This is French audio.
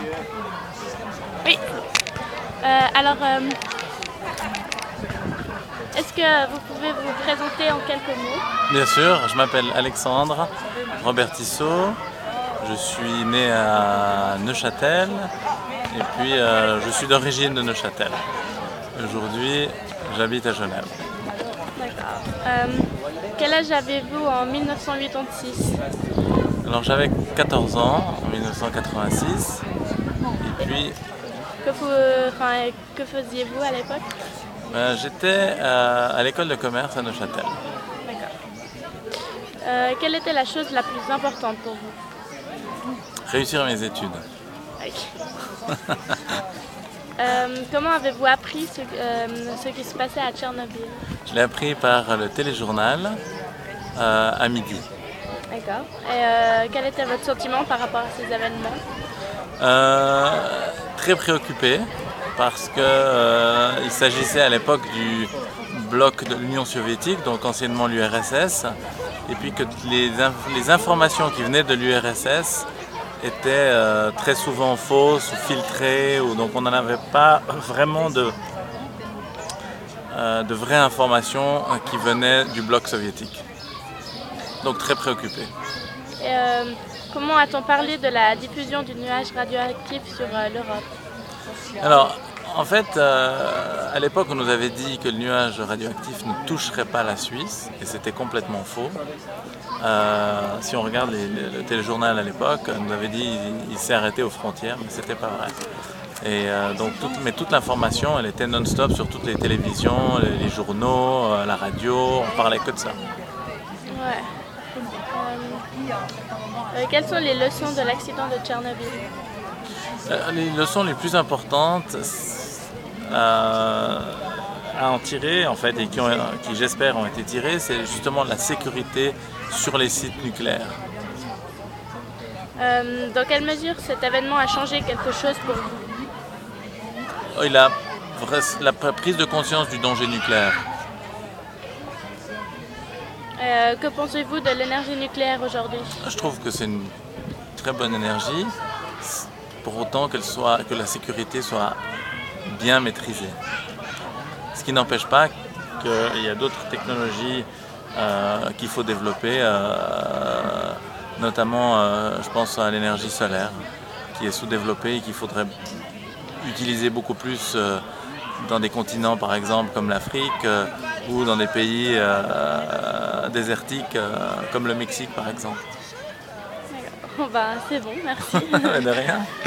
Oui. Alors, est-ce que vous pouvez vous présenter en quelques mots? Bien sûr, je m'appelle Alexandre Robert Tissot, je suis né à Neuchâtel et puis je suis d'origine de Neuchâtel. Aujourd'hui, j'habite à Genève. D'accord. Quel âge avez-vous en 1986? Alors j'avais 14 ans en 1986 et puis Que faisiez-vous à l'époque? j'étais à l'école de commerce à Neuchâtel. D'accord. Quelle était la chose la plus importante pour vous? Réussir mes études. Ok. Comment avez-vous appris ce qui se passait à Tchernobyl? Je l'ai appris par le téléjournal à midi. D'accord. Et quel était votre sentiment par rapport à ces événements? Très préoccupé parce que il s'agissait à l'époque du bloc de l'Union soviétique, donc anciennement l'URSS, et puis que les informations qui venaient de l'URSS étaient très souvent fausses ou filtrées, ou donc on n'en avait pas vraiment de vraies informations qui venaient du bloc soviétique. Donc très préoccupé. Et comment a-t-on parlé de la diffusion du nuage radioactif sur l'Europe? Alors, en fait, à l'époque, on nous avait dit que le nuage radioactif ne toucherait pas la Suisse, et c'était complètement faux. Si on regarde le téléjournal à l'époque, on nous avait dit qu'il s'est arrêté aux frontières, mais c'était pas vrai. Et donc, toute l'information, elle était non-stop sur toutes les télévisions, les journaux, la radio, on parlait que de ça. Ouais. Quelles sont les leçons de l'accident de Tchernobyl? Les leçons les plus importantes à en tirer, en fait, et qui j'espère ont été tirées, c'est justement la sécurité sur les sites nucléaires. Dans quelle mesure cet événement a changé quelque chose pour vous? La prise de conscience du danger nucléaire. Que pensez-vous de l'énergie nucléaire aujourd'hui? Je trouve que c'est une très bonne énergie, pour autant que la sécurité soit bien maîtrisée. Ce qui n'empêche pas qu'il y a d'autres technologies qu'il faut développer, notamment je pense à l'énergie solaire, qui est sous-développée et qu'il faudrait utiliser beaucoup plus dans des continents par exemple comme l'Afrique ou dans des pays désertiques comme le Mexique par exemple. D'accord. C'est bon, merci. De rien.